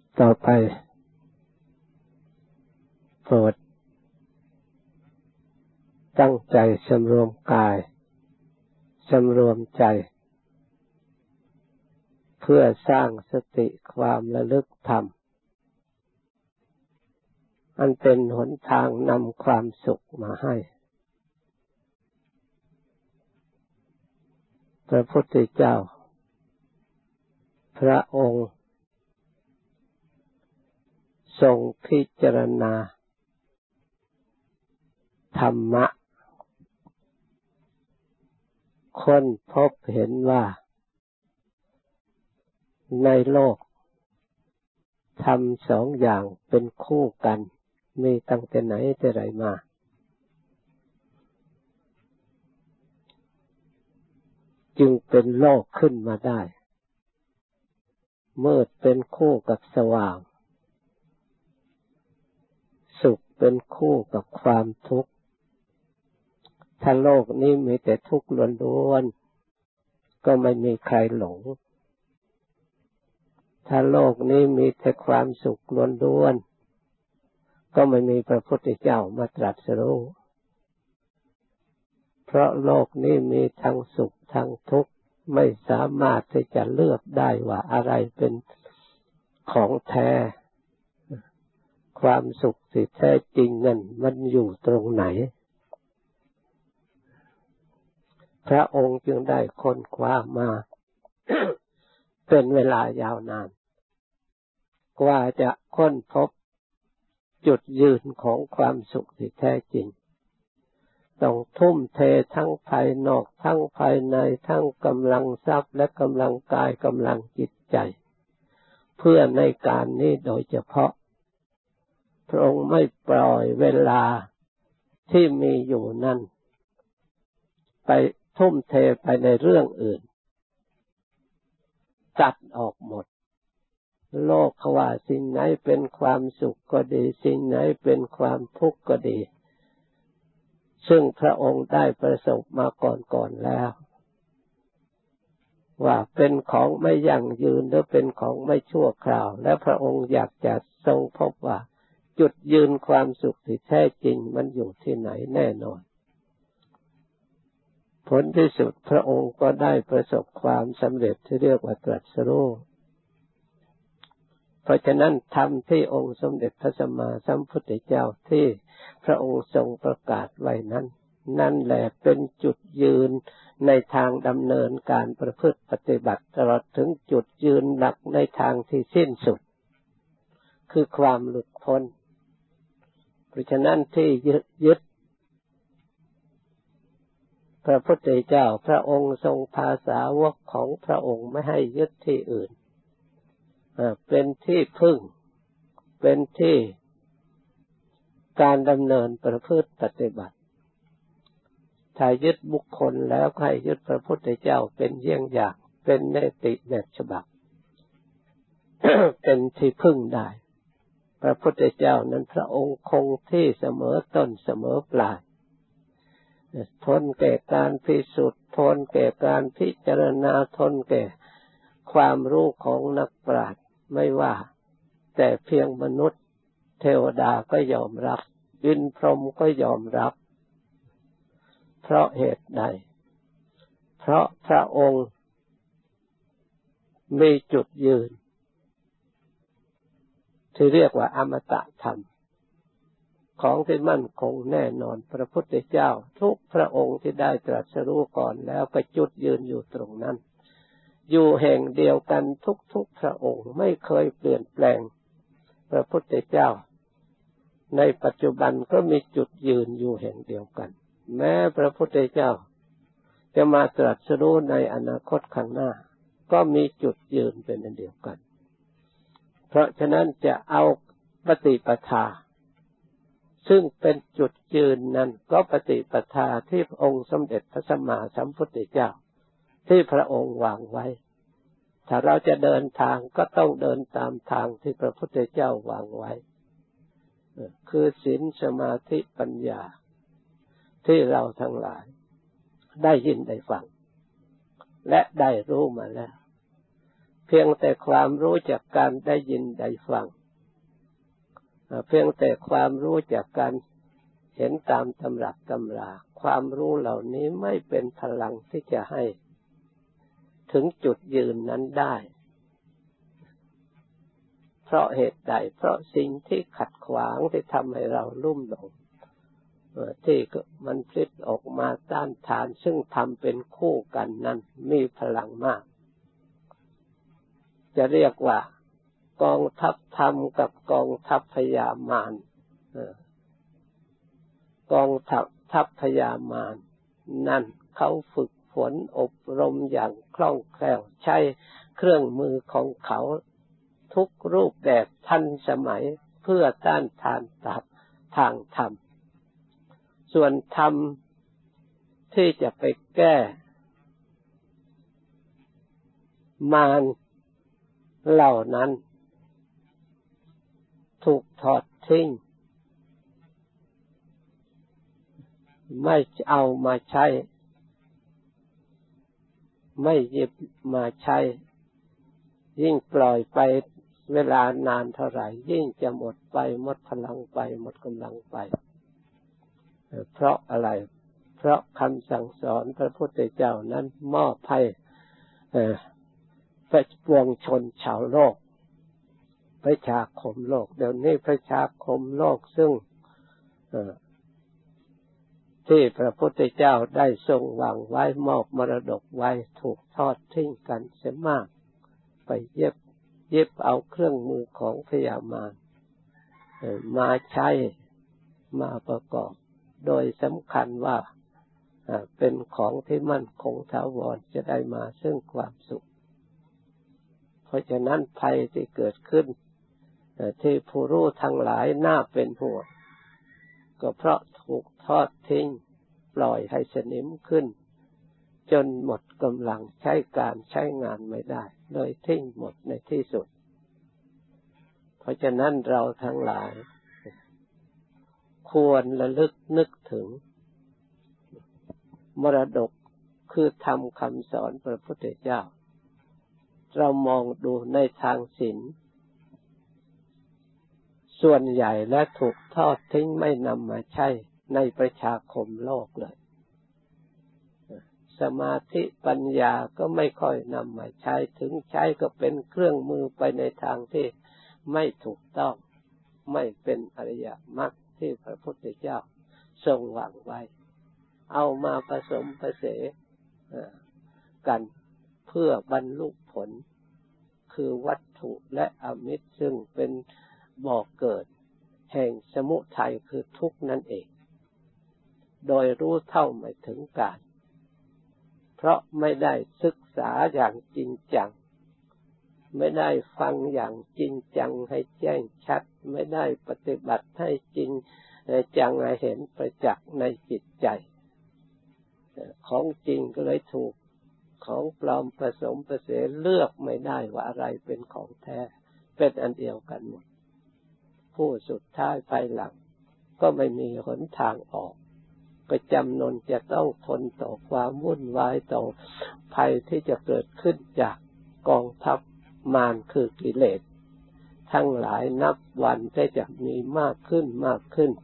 ต่อไปโปรดตั้งใจสำรวมกายสำรวมใจเพื่อสร้างสติความระลึกธรรมอันเป็นหนทางนำความสุขมาให้พระพุทธเจ้าพระองค์ทรงพิจารณาธรรมะค้นพบเห็นว่าในโลกธรรมสองอย่างเป็นคู่กันมีตั้งแต่ไหนแต่ไรมาจึงเป็นโลกขึ้นมาได้มืดเป็นคู่กับสว่างสุขเป็นคู่กับความทุกข์ถ้าโลกนี้มีแต่ทุกข์ล้วนๆก็ไม่มีใครหลงถ้าโลกนี้มีแต่ความสุขล้วนๆก็ไม่มีพระพุทธเจ้ามาตรัสรู้เพราะโลกนี้มีทั้งสุขทั้งทุกข์ไม่สามารถที่จะเลือกได้ว่าอะไรเป็นของแท้ความสุขที่แท้จริงนั้นมันอยู่ตรงไหนพระองค์จึงได้ค้นคว้ามา เป็นเวลายาวนานกว่าจะค้นพบจุดยืนของความสุขที่แท้จริงต้องทุ่มเททั้งภายนอกทั้งภายในทั้งกำลังทรัพย์และกำลังกายกำลังจิตใจเพื่อในการนี้โดยเฉพาะพระองค์ไม่ปล่อยเวลาที่มีอยู่นั้นไปทุ่มเทไปในเรื่องอื่นตัดออกหมดโลกเขาว่าสิ่งไหนเป็นความสุขก็ดีสิ่งไหนเป็นความทุกข์ก็ดีซึ่งพระองค์ได้ประสบมาก่อนแล้วว่าเป็นของไม่ยั่งยืนหรือเป็นของไม่ชั่วคราวและพระองค์อยากจะทรงพบว่าจุดยืนความสุขที่แท้จริงมันอยู่ที่ไหนแน่นอนผลที่สุดพระองค์ก็ได้ประสบความสำเร็จที่เรียกว่าตรัสรู้เพราะฉะนั้นธรรมที่องค์สมเด็จพระสัมมาสัมพุทธเจ้าที่พระองค์ทรงประกาศไว้นั้นนั่นแหละเป็นจุดยืนในทางดำเนินการประพฤติปฏิบัติตลอดถึงจุดยืนหลักในทางที่สิ้นสุดคือความหลุดพ้นเพราะฉะนั้นที่ยึดพระพุทธเจ้าพระองค์ทรงพาสาวกของพระองค์ไม่ให้ยึดที่อื่นเป็นที่พึ่งเป็นที่การดำเนินประพฤติปฏิบัติถ้ายึดบุคคลแล้วใครยึดพระพุทธเจ้าเป็นเยี่ยงอย่างเป็นเนติแบบฉบับ เป็นที่พึ่งได้พระพุทธเจ้านั้นพระองค์คงที่เสมอต้นเสมอปลายทนแก่การพิสูจน์ทนแก่การพิจารณาทนแก่ความรู้ของนักปราชญ์ไม่ว่าแต่เพียงมนุษย์เทวดาก็ยอมรับอินทร์พรหมก็ยอมรับเพราะเหตุใดเพราะพระองค์มีจุดยืนที่เรียกว่าอมตะธรรมของที่มั่นคงแน่นอนพระพุทธเจ้าทุกพระองค์ที่ได้ตรัสรู้ก่อนแล้วก็จุดยืนอยู่ตรงนั้นอยู่แห่งเดียวกันทุกพระองค์ไม่เคยเปลี่ยนแปลงพระพุทธเจ้าในปัจจุบันก็มีจุดยืนอยู่แห่งเดียวกันแม้พระพุทธเจ้าจะมาตรัสรู้ในอนาคตข้างหน้าก็มีจุดยืนเป็นอันเดียวกันเพราะฉะนั้นจะเอาปฏิปทาซึ่งเป็นจุดยืนนั้นก็ปฏิปทาที่พระองค์สมเด็จพระสัมมาสัมพุทธเจ้าที่พระองค์วางไว้ถ้าเราจะเดินทางก็ต้องเดินตามทางที่พระพุทธเจ้าวางไว้คือศีลสมาธิปัญญาที่เราทั้งหลายได้ยินได้ฟังและได้รู้มาแล้วเพียงแต่ความรู้จากการได้ยินได้ฟังเพียงแต่ความรู้จากการเห็นตามตำรับตำราความรู้เหล่านี้ไม่เป็นพลังที่จะให้ถึงจุดยืนนั้นได้เพราะเหตุใดเพราะสิ่งที่ขัดขวางที่ทำให้เราลุ่มหลงที่มันพลิกออกมาต้านทานซึ่งทำเป็นคู่กันนั้นมีพลังมากจะเรียกว่ากองทัพธรรมกับกองทัพพยามารกองทัพพยามารนั่นเขาฝึกฝนอบรมอย่างคล่องแคล่วใช้เครื่องมือของเขาทุกรูปแบบทันสมัยเพื่อต้านทานทางธรรมส่วนธรรมที่จะไปแก้มารเหล่านั้นถูกถอดทิ้งไม่เอามาใช้ไม่หยิบมาใช้ยิ่งปล่อยไปเวลานานเท่าไหร่ยิ่งจะหมดไปหมดพลังไปหมดกำลังไปเพราะอะไรเพราะคำสั่งสอนพระพุทธเจ้านั้นมอบให้ประปวงชนชาวโลกประชาคมโลกเดี๋ยวนี้ประชาคมโลกซึ่งที่พระพุทธเจ้าได้ทรงวางไว้มอบมรดกไว้ถูกทอดทิ้งกันเสียมากไปเย็บเอาเครื่องมือของพยามารมาใช้มาประกอบโดยสำคัญว่าเป็นของที่มั่นคงถาวรจะได้มาซึ่งความสุขเพราะฉะนั้นภัยที่เกิดขึ้นที่ผู้รู้ทั้งหลายน่าเป็นห่วงก็เพราะถูกทอดทิ้งปล่อยให้สนิมขึ้นจนหมดกำลังใช้การใช้งานไม่ได้เลยทิ้งหมดในที่สุดเพราะฉะนั้นเราทั้งหลายควรระลึกนึกถึงมรดกคือธรรมคำสอนพระพุทธเจ้าเรามองดูในทางศีลส่วนใหญ่และถูกทอดทิ้งไม่นำมาใช้ในประชาคมโลกเลยสมาธิปัญญาก็ไม่ค่อยนำมาใช้ถึงใช้ก็เป็นเครื่องมือไปในทางที่ไม่ถูกต้องไม่เป็นอริยมรรคที่พระพุทธเจ้าทรงวางไว้เอามาผสมผสานกันเพื่อบรรลุผลคือวัตถุและอมิตรซึ่งเป็นบ่อเกิดแห่งสมุทัยคือทุกข์นั่นเองโดยรู้เท่าไม่ถึงการเพราะไม่ได้ศึกษาอย่างจริงจังไม่ได้ฟังอย่างจริงจังให้แจ้งชัดไม่ได้ปฏิบัติให้จริงจังให้เห็นประจักษ์ในจิตใจของจริงก็เลยถูกของปลอมผสมผสานเลือกไม่ได้ว่าอะไรเป็นของแท้เป็นอันเดียวกันหมดผู้สุดท้ายภายหลังก็ไม่มีหนทางออกก็จำนนจะต้องทนต่อความวุ่นวายต่อภัยที่จะเกิดขึ้นจากกองทัพมารคือกิเลสทั้งหลายนับวันที่จะมีมากขึ้นมากขึ้น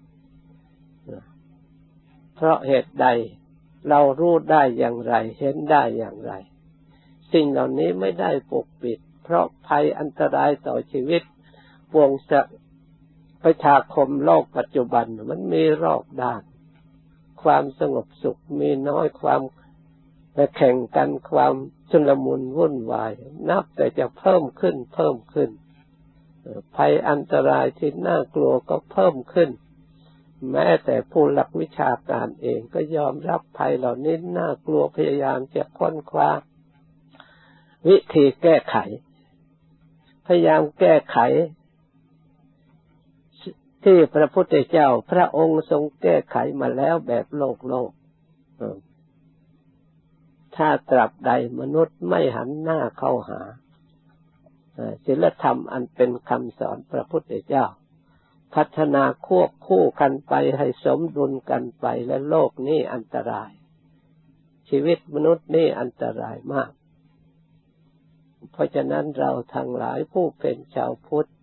เพราะเหตุใดเรารู้ได้อย่างไรเห็นได้อย่างไรสิ่งเหล่านี้ไม่ได้ปกปิดเพราะภัยอันตรายต่อชีวิตปวงประชาคมโลกปัจจุบันมันมีรอบด้านความสงบสุขมีน้อยความแข่งกันความชุลมุนวุ่นวายนับแต่จะเพิ่มขึ้นภัยอันตรายที่น่ากลัวก็เพิ่มขึ้นแม้แต่ผู้หลักวิชาการเองก็ยอมรับภัยเหล่านี้น่ากลัวพยายามจะค้นคว้าวิธีแก้ไขพยายามแก้ไขที่พระพุทธเจ้าพระองค์ทรงแก้ไขมาแล้วแบบโลกถ้าตราบใดมนุษย์ไม่หันหน้าเข้าหาศีลธรรมอันเป็นคำสอนพระพุทธเจ้าพัฒนาควบคู่กันไปให้สมดุลกันไปและโลกนี้อันตรายชีวิตมนุษย์นี่อันตรายมากเพราะฉะนั้นเราทั้งหลายผู้เป็นชาวพุทธ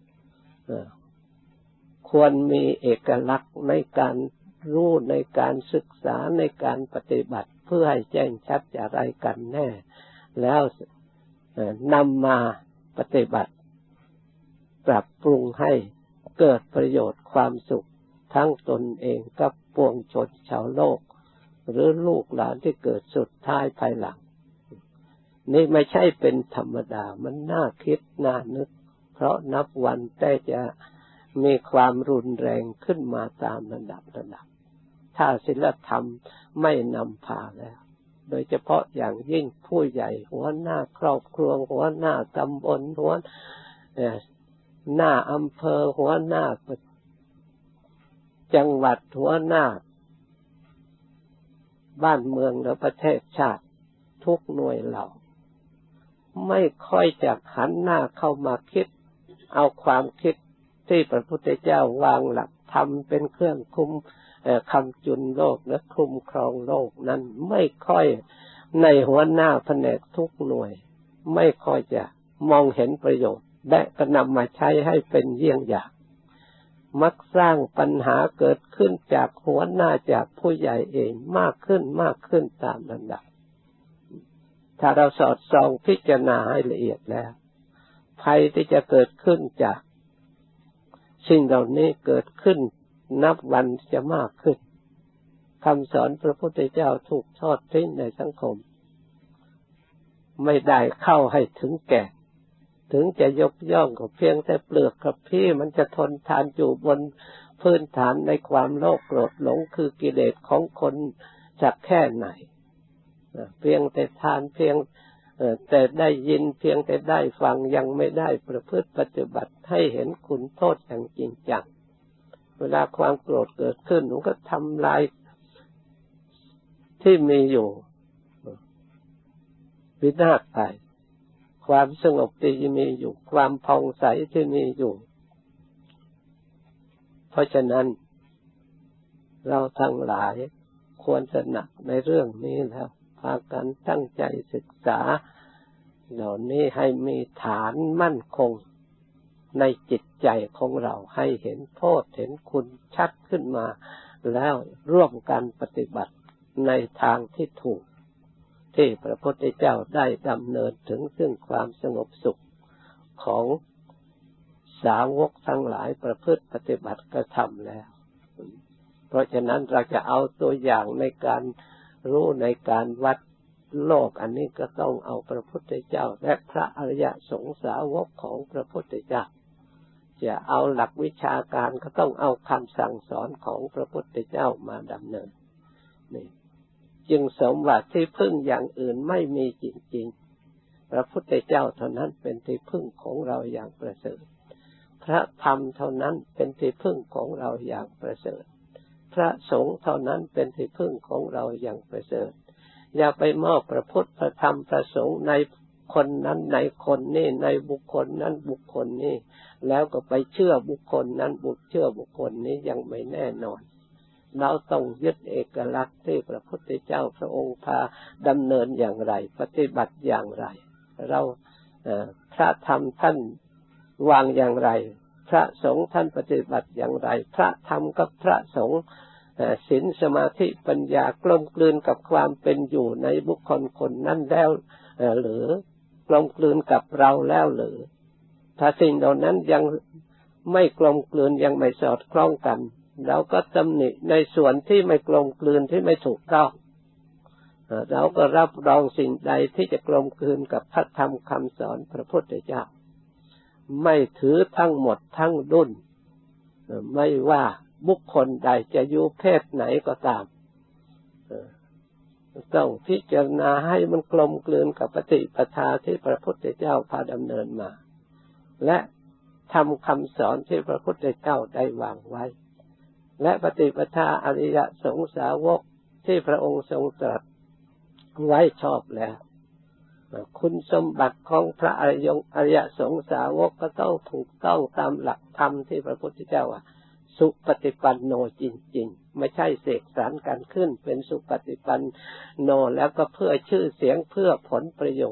ควรมีเอกลักษณ์ในการรู้ในการศึกษาในการปฏิบัติเพื่อให้แจ้งชัดอะไรกันแน่แล้วนำมาปฏิบัติปรับปรุงให้เกิดประโยชน์ความสุขทั้งตนเองกับปวงชนชาวโลกหรือลูกหลานที่เกิดสุดท้ายภายหลังนี่ไม่ใช่เป็นธรรมดามันน่าคิดน่านึกเพราะนับวันแต่จะมีความรุนแรงขึ้นมาตามระดับถ้าศีลธรรมไม่นำพาแล้วโดยเฉพาะอย่างยิ่งผู้ใหญ่หัวหน้าครอบครัวหัวหน้าตำบลหัวหน้าอำเภอหัวหน้าจังหวัดหัวหน้าบ้านเมืองและประเทศชาติทุกหน่วยเหล่าไม่ค่อยจะหันหน้าเข้ามาคิดเอาความคิดที่พระพุทธเจ้าวางหลักธรรมเป็นเครื่องคุ้มคำจุนโลกและคุ้มครองโลกนั้นไม่ค่อยในหัวหน้าแผนกทุกหน่วยไม่ค่อยจะมองเห็นประโยชน์และก็นำมาใช้ให้เป็นเยี่ยงอย่างมักสร้างปัญหาเกิดขึ้นจากหัวหน้าจากผู้ใหญ่เองมากขึ้นตามลำดับถ้าเราสอดส่องพิจารณาให้ละเอียดแล้วภัยที่จะเกิดขึ้นจากสิ่งเหล่านี้เกิดขึ้นนับวันจะมากขึ้นคำสอนพระพุทธเจ้าถูกทอดทิ้งในสังคมไม่ได้เข้าให้ถึงแก่ถึงจะยกย่องก็เพียงแต่เปลือกกับพี่มันจะทนทานอยู่บนพื้นฐานในความโลภโกรธหลงคือกิเลสของคนสักแค่ไหนเพียงแต่ทานเพียงแต่ได้ยินเพียงแต่ได้ฟังยังไม่ได้ประพฤติปฏิบัติให้เห็นคุณโทษอย่างจริงจังเวลาความโกรธเกิดขึ้นมันก็ทำลายที่มีอยู่วินาศไปความสงบที่มีอยู่ความผ่องใสที่มีอยู่เพราะฉะนั้นเราทั้งหลายควรจะหนักในเรื่องนี้แล้วพากันตั้งใจศึกษาเหล่านี้ให้มีฐานมั่นคงในจิตใจของเราให้เห็นโทษเห็นคุณชัดขึ้นมาแล้วร่วมกันปฏิบัติในทางที่ถูกที่พระพุทธเจ้าได้ดำเนินถึงซึ่งความสงบสุขของสาวกทั้งหลายประพฤติปฏิบัติกระทำแล้วเพราะฉะนั้นเราจะเอาตัวอย่างในการรู้ในการวัดโลกอันนี้ก็ต้องเอาพระพุทธเจ้าและพระอริยสงฆ์สาวกของพระพุทธเจ้าจะเอาหลักวิชาการก็ต้องเอาคำสั่งสอนของพระพุทธเจ้ามาดำเนินนี่จึงสมว่าที่พึ่งอย่างอื่นไม่มีจริงๆพระพุทธเจ้าเท่านั้นเป็นที่พึ่งของเราอย่างประเสริฐพระธรรมเท่านั้นเป็นที่พึ่งของเราอย่างประเสริฐพระสงฆ์เท่านั้นเป็นที่พึ่งของเราอย่างประเสริฐอย่าไปมอบพระพุทธพระธรรมพระสงฆ์ในคนนั้นในคนนี้ในบุคคลนั้นบุคคลนี้แล้วก็ไปเชื่อบุคคลนั้นเชื่อบุคคลนี้ยังไม่แน่นอนเราต้องยึดเอกลักษณ์ที่พระพุทธเจ้าพระองค์พาดำเนินอย่างไรปฏิบัติอย่างไรเราพระธรรมท่านวางอย่างไรพระสงฆ์ท่านปฏิบัติอย่างไรพระธรรมกับพระสงฆ์ศีลสมาธิปัญญากลมกลืนกับความเป็นอยู่ในบุคคลคนนั้นแล้วหรือกลมกลืนกับเราแล้วหรือถ้าสิ่งเหล่านั้นยังไม่กลมกลืนยังไม่สอดคล้องกันเราก็ตำหนิในส่วนที่ไม่กลมกลืนที่ไม่ถูกต้องเราก็รับรองสิ่งใดที่จะกลมกลืนกับพระธรรมคำสอนพระพุทธเจ้าไม่ถือทั้งหมดทั้งดุลไม่ว่าบุคคลใดจะอยู่เพศไหนก็ตามต้องพิจารณาให้มันกลมกลืนกับปฏิปทาที่พระพุทธเจ้าพาดำเนินมาและทำคำสอนที่พระพุทธเจ้าได้วางไว้และปฏิปทาอริยสงสาวกที่พระองค์ทรงตรัสไว้ชอบแล้วคุณสมบัติของพระอริยสงสาวกก็ต้องถูกต้องตามหลักธรรมที่พระพุทธเจ้าสุปฏิปันโนจริงๆไม่ใช่เสกสรรกันขึ้นเป็นสุปฏิปันโนแล้วก็เพื่อชื่อเสียงเพื่อผลประโยชน์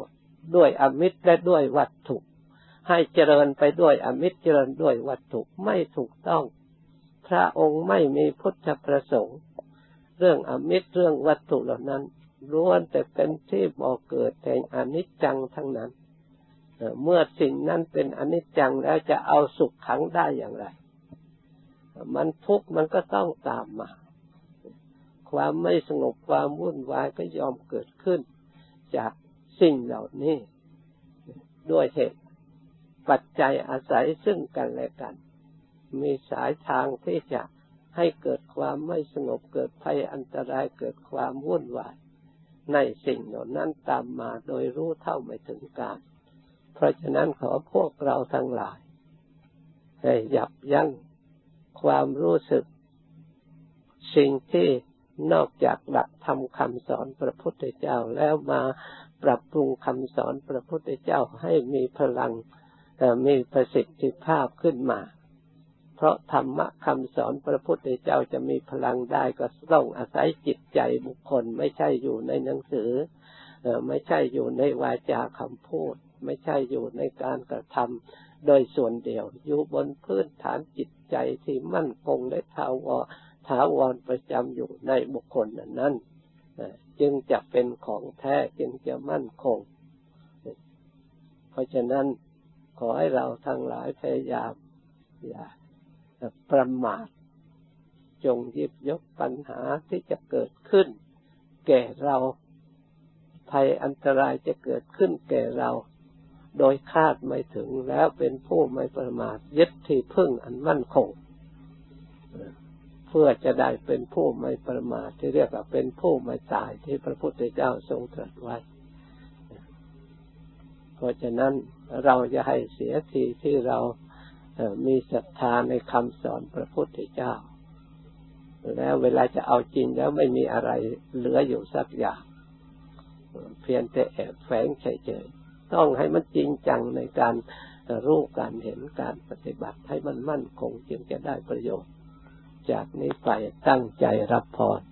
ด้วยอมิตรและด้วยวัตถุให้เจริญไปด้วยอมิตรเจริญด้วยวัตถุไม่ถูกต้องพระองค์ไม่มีพุทธประสงค์เรื่องอมิตรเรื่องวัตถุเหล่านั้นล้วนแต่เป็นที่บ่อเกิดแห่งอนิจจังทั้งนั้นเมื่อสิ่งนั้นเป็นอนิจจังแล้วจะเอาสุขขังได้อย่างไรมันทุกข์มันก็ต้องตามมาความไม่สงบความวุ่นวายก็ยอมเกิดขึ้นจากสิ่งเหล่านี้ด้วยเหตุปัจจัยอาศัยซึ่งกันและกันมีสายทางที่จะให้เกิดความไม่สงบเกิดภัยอันตรายเกิดความวุ่นวายในสิ่งเหล่านั้นตามมาโดยรู้เท่าไม่ถึงการเพราะฉะนั้นขอพวกเราทั้งหลายให้ยับยั้งความรู้สึกสิ่งที่นอกจากหลักธรรมคำสอนพระพุทธเจ้าแล้วมาปรับปรุงคำสอนพระพุทธเจ้าให้มีพลังมีประสิทธิภาพขึ้นมาเพราะธรรมะคำสอนพระพุทธเจ้าจะมีพลังได้ก็ต้องอาศัยจิตใจบุคคลไม่ใช่อยู่ในหนังสือไม่ใช่อยู่ในวาจาคำพูดไม่ใช่อยู่ในการกระทำโดยส่วนเดียวอยู่บนพื้นฐานจิตใจที่มั่นคงและถาวรประจำอยู่ในบุคคลนั้นจึงจะเป็นของแท้จึงจะมั่นคงเพราะฉะนั้นขอให้เราทั้งหลายพยายามอย่าประมาทจงหยิบยกปัญหาที่จะเกิดขึ้นแก่เราภัยอันตรายจะเกิดขึ้นแก่เราโดยคาดไม่ถึงแล้วเป็นผู้ไม่ประมาทยึดที่พึ่งอันมั่นคงเพื่อจะได้เป็นผู้ไม่ประมาทที่เรียกว่าเป็นผู้ไม่ตายที่พระพุทธเจ้าทรงตรัสไว้เพราะฉะนั้นเราจะให้เสียทีที่เรามีศรัทธาในคำสอนพระพุทธเจ้าแล้วเวลาจะเอาจริงแล้วไม่มีอะไรเหลืออยู่สักอย่างเพียงแต่แอบแฝงเฉยๆต้องให้มันจริงจังในการรู้การเห็นการปฏิบัติให้มันมั่นคงจึงจะได้ประโยชน์จากนี้ไปตั้งใจรับพร